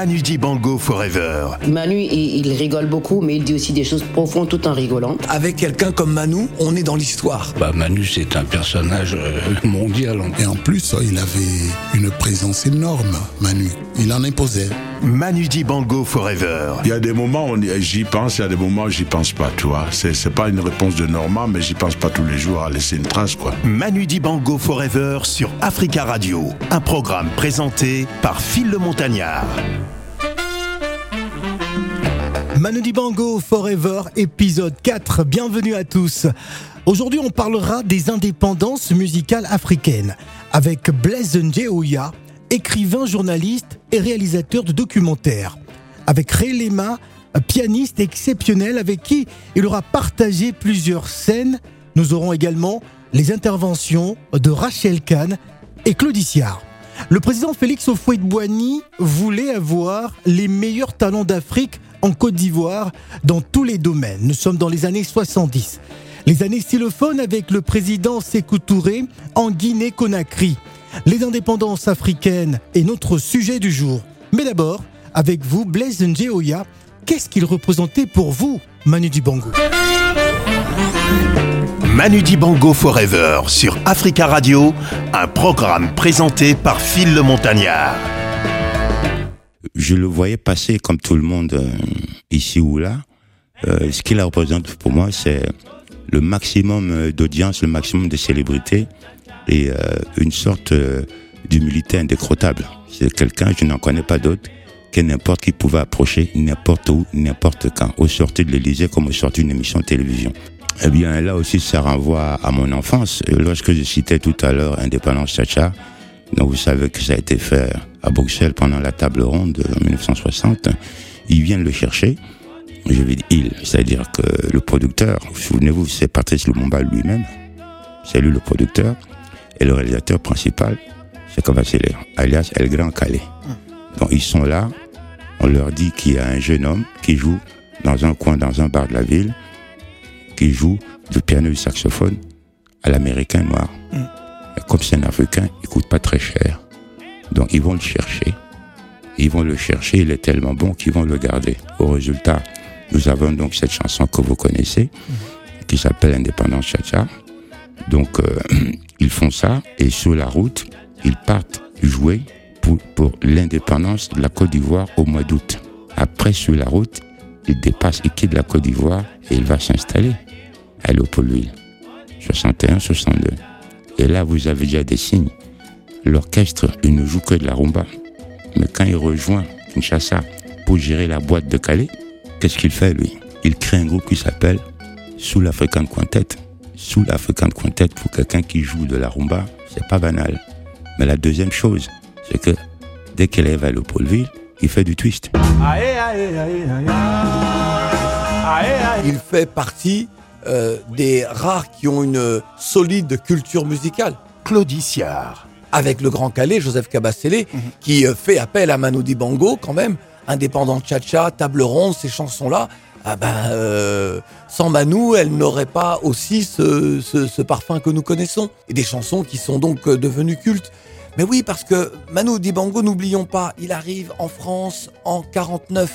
Manu Dibango Forever. Manu, il rigole beaucoup, mais il dit aussi des choses profondes tout en rigolant. Avec quelqu'un comme Manu, on est dans l'histoire. Manu, c'est un personnage mondial. Et en plus, il avait une présence énorme, Manu. Il en imposait. Manu Dibango Forever. Il y a des moments où j'y pense, il y a des moments où j'y pense pas, tu vois. C'est pas une réponse de Normand, mais j'y pense pas tous les jours à laisser une trace, quoi. Manu Dibango Forever sur Africa Radio. Un programme présenté par Phil le Montagnard. Manu Dibango Forever, épisode 4. Bienvenue à tous. Aujourd'hui, on parlera des indépendances musicales africaines avec Blaise Njeoya, écrivain, journaliste et réalisateur de documentaires. Avec Ray Lema, pianiste exceptionnel avec qui il aura partagé plusieurs scènes. Nous aurons également les interventions de Rachel Kahn et Claudiciard. Le président Félix Houphouët-Boigny voulait avoir les meilleurs talents d'Afrique en Côte d'Ivoire dans tous les domaines. Nous sommes dans les années 70. Les années stylophones avec le président Sékou Touré en Guinée-Conakry. Les indépendances africaines est notre sujet du jour. Mais d'abord, avec vous, Blaise Njeoya, qu'est-ce qu'il représentait pour vous, Manu Dibango ? Manu Dibango Forever sur Africa Radio, un programme présenté par Phil le Montagnard. Je le voyais passer comme tout le monde ici ou là. Ce qu'il représente pour moi, c'est le maximum d'audience, le maximum de célébrité et une sorte d'humilité indécrottable. C'est quelqu'un, je n'en connais pas d'autre, que n'importe qui pouvait approcher, n'importe où, n'importe quand, au sortir de l'Élysée comme au sortir d'une émission de télévision. Eh bien, là aussi, ça renvoie à mon enfance. Lorsque je citais tout à l'heure Indépendance Cha-Cha, donc vous savez que ça a été fait à Bruxelles pendant la table ronde en 1960, ils viennent le chercher. Je vais dire il, c'est-à-dire que le producteur, souvenez-vous, c'est Patrice Lumumba lui-même, c'est lui le producteur, et le réalisateur principal, c'est Kabasele, alias El Grand Calais. Donc ils sont là, on leur dit qu'il y a un jeune homme qui joue dans un coin, dans un bar de la ville, qui joue du piano et du saxophone à l'américain noir. Et comme c'est un Africain, il coûte pas très cher. Donc ils vont le chercher. Il est tellement bon qu'ils vont le garder. Au résultat, nous avons donc cette chanson que vous connaissez, qui s'appelle Indépendance Cha-Cha. Donc ils font ça, et sur la route, ils partent jouer pour l'indépendance de la Côte d'Ivoire au mois d'août. Après, sur la route, il quitte la Côte d'Ivoire et il va s'installer à Léopoldville, 61-62. Et là, vous avez déjà des signes. L'orchestre, il ne joue que de la rumba. Mais quand il rejoint Kinshasa pour gérer la boîte de Calais, qu'est-ce qu'il fait, lui ? Il crée un groupe qui s'appelle Soul African Quartet. Soul African Quartet, pour quelqu'un qui joue de la rumba, c'est pas banal. Mais la deuxième chose, c'est que dès qu'il arrive à Léopoldville, il fait du twist. Il fait partie des rares qui ont une solide culture musicale. Claudiciard. Avec le Grand Calais, Joseph Kabasele, qui fait appel à Manu Dibango quand même. Indépendant Cha-Cha, Table Ronde, ces chansons-là. Sans Manu, elle n'aurait pas aussi ce parfum que nous connaissons. Et des chansons qui sont donc devenues cultes. Mais oui, parce que Manu Dibango, n'oublions pas, il arrive en France en 49.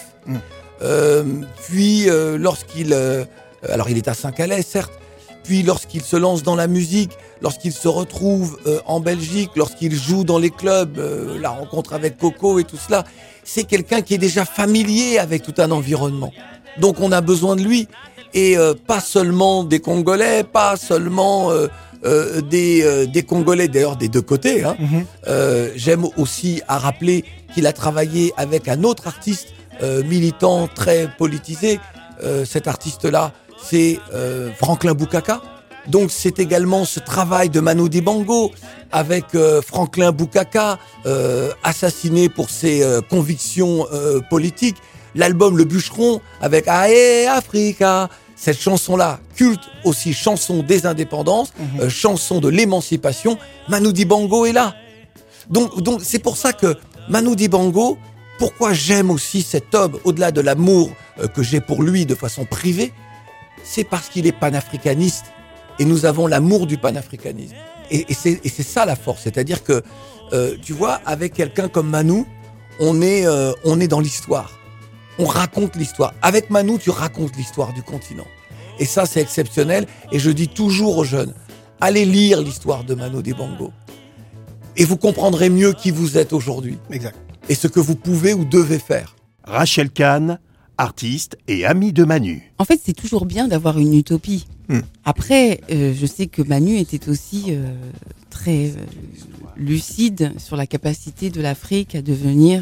Puis lorsqu'il... alors il est à Saint-Calais, certes. Puis lorsqu'il se lance dans la musique, lorsqu'il se retrouve en Belgique, lorsqu'il joue dans les clubs, la rencontre avec Coco et tout cela, c'est quelqu'un qui est déjà familier avec tout un environnement. Donc on a besoin de lui. Et pas seulement des Congolais, pas seulement... des Congolais, d'ailleurs des deux côtés. J'aime aussi à rappeler qu'il a travaillé avec un autre artiste militant très politisé. Cet artiste-là, c'est Franklin Boukaka. Donc c'est également ce travail de Manu Dibango avec Franklin Boukaka, assassiné pour ses convictions politiques. L'album Le Bûcheron avec Ae Africa. Cette chanson-là, culte aussi, chanson des indépendances, chanson de l'émancipation, Manu Dibango est là. Donc c'est pour ça que Manu Dibango, pourquoi j'aime aussi cet homme, au-delà de l'amour que j'ai pour lui de façon privée, c'est parce qu'il est panafricaniste. Et nous avons l'amour du panafricanisme. Et c'est ça la force. C'est-à-dire que, tu vois, avec quelqu'un comme Manu, on est dans l'histoire. On raconte l'histoire. Avec Manu, tu racontes l'histoire du continent. Et ça, c'est exceptionnel. Et je dis toujours aux jeunes, allez lire l'histoire de Manu Dibango. Et vous comprendrez mieux qui vous êtes aujourd'hui. Exact. Et ce que vous pouvez ou devez faire. Rachel Kahn, artiste et amie de Manu. En fait, c'est toujours bien d'avoir une utopie. Après, je sais que Manu était aussi très lucide sur la capacité de l'Afrique à devenir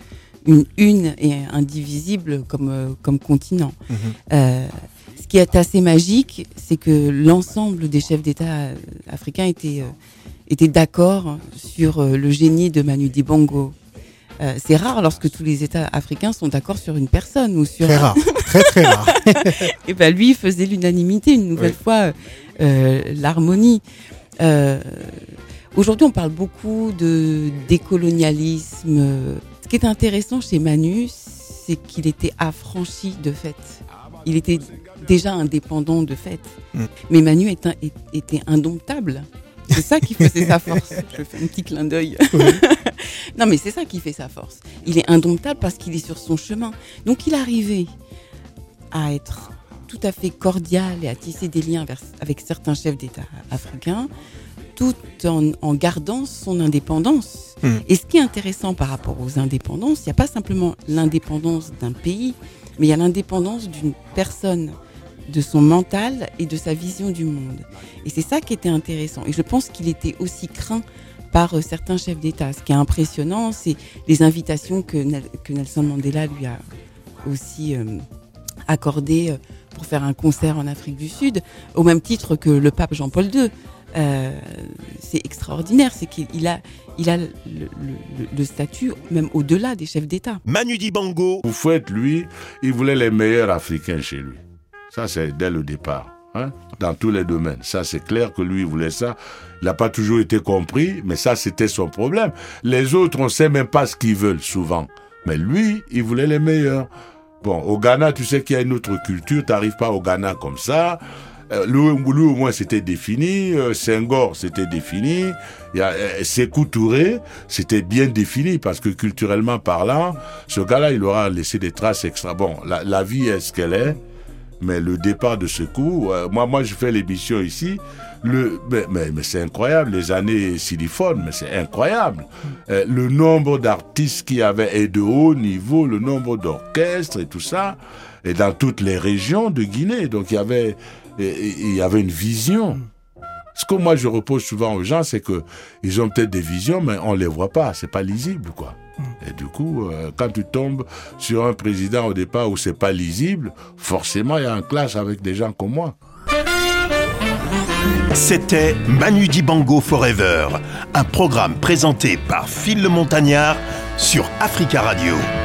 une et indivisible comme continent. Ce qui est assez magique, c'est que l'ensemble des chefs d'État africains étaient d'accord sur le génie de Manu Dibango. C'est rare lorsque tous les États africains sont d'accord sur une personne ou sur. Très rare, très rare. Et ben lui faisait l'unanimité une nouvelle fois, l'harmonie. Aujourd'hui, on parle beaucoup de décolonialisme. Ce qui est intéressant chez Manu, c'est qu'il était affranchi de fait. Il était déjà indépendant de fait. Mais Manu était indomptable. C'est ça qui faisait sa force. Je fais un petit clin d'œil. Oui. Non, mais c'est ça qui fait sa force. Il est indomptable parce qu'il est sur son chemin. Donc, il arrivait à être tout à fait cordial et à tisser des liens avec certains chefs d'État africains, tout en gardant son indépendance. Et ce qui est intéressant par rapport aux indépendances, il n'y a pas simplement l'indépendance d'un pays, mais il y a l'indépendance d'une personne, de son mental et de sa vision du monde. Et c'est ça qui était intéressant. Et je pense qu'il était aussi craint par certains chefs d'État. Ce qui est impressionnant, c'est les invitations que Nelson Mandela lui a aussi accordées pour faire un concert en Afrique du Sud, au même titre que le pape Jean-Paul II. C'est extraordinaire, c'est qu'il a le statut même au-delà des chefs d'État. Manu Dibango. Houphouët, lui, il voulait les meilleurs Africains chez lui. Ça, c'est dès le départ, dans tous les domaines. Ça, c'est clair que lui, il voulait ça. Il n'a pas toujours été compris, mais ça, c'était son problème. Les autres, on ne sait même pas ce qu'ils veulent, souvent. Mais lui, il voulait les meilleurs. Bon, au Ghana, tu sais qu'il y a une autre culture. Tu n'arrives pas au Ghana comme ça. Lui, au moins, c'était défini. Senghor, c'était défini. Sékou Touré, c'était bien défini parce que culturellement parlant, ce gars-là, il aura laissé des traces extra. Bon, la vie est ce qu'elle est. Mais le départ de Sékou, moi je fais l'émission ici, mais c'est incroyable, les années Siliphone, mais c'est incroyable. Le nombre d'artistes qu'il y avait et de haut niveau, le nombre d'orchestres et tout ça, et dans toutes les régions de Guinée. Donc il y avait une vision. Ce que moi je repose souvent aux gens, c'est que ils ont peut-être des visions, mais on les voit pas, c'est pas lisible, quoi. Et du coup, quand tu tombes sur un président au départ où c'est pas lisible, forcément il y a un clash avec des gens comme moi. C'était Manu Dibango Forever, un programme présenté par Phil le Montagnard sur Africa Radio.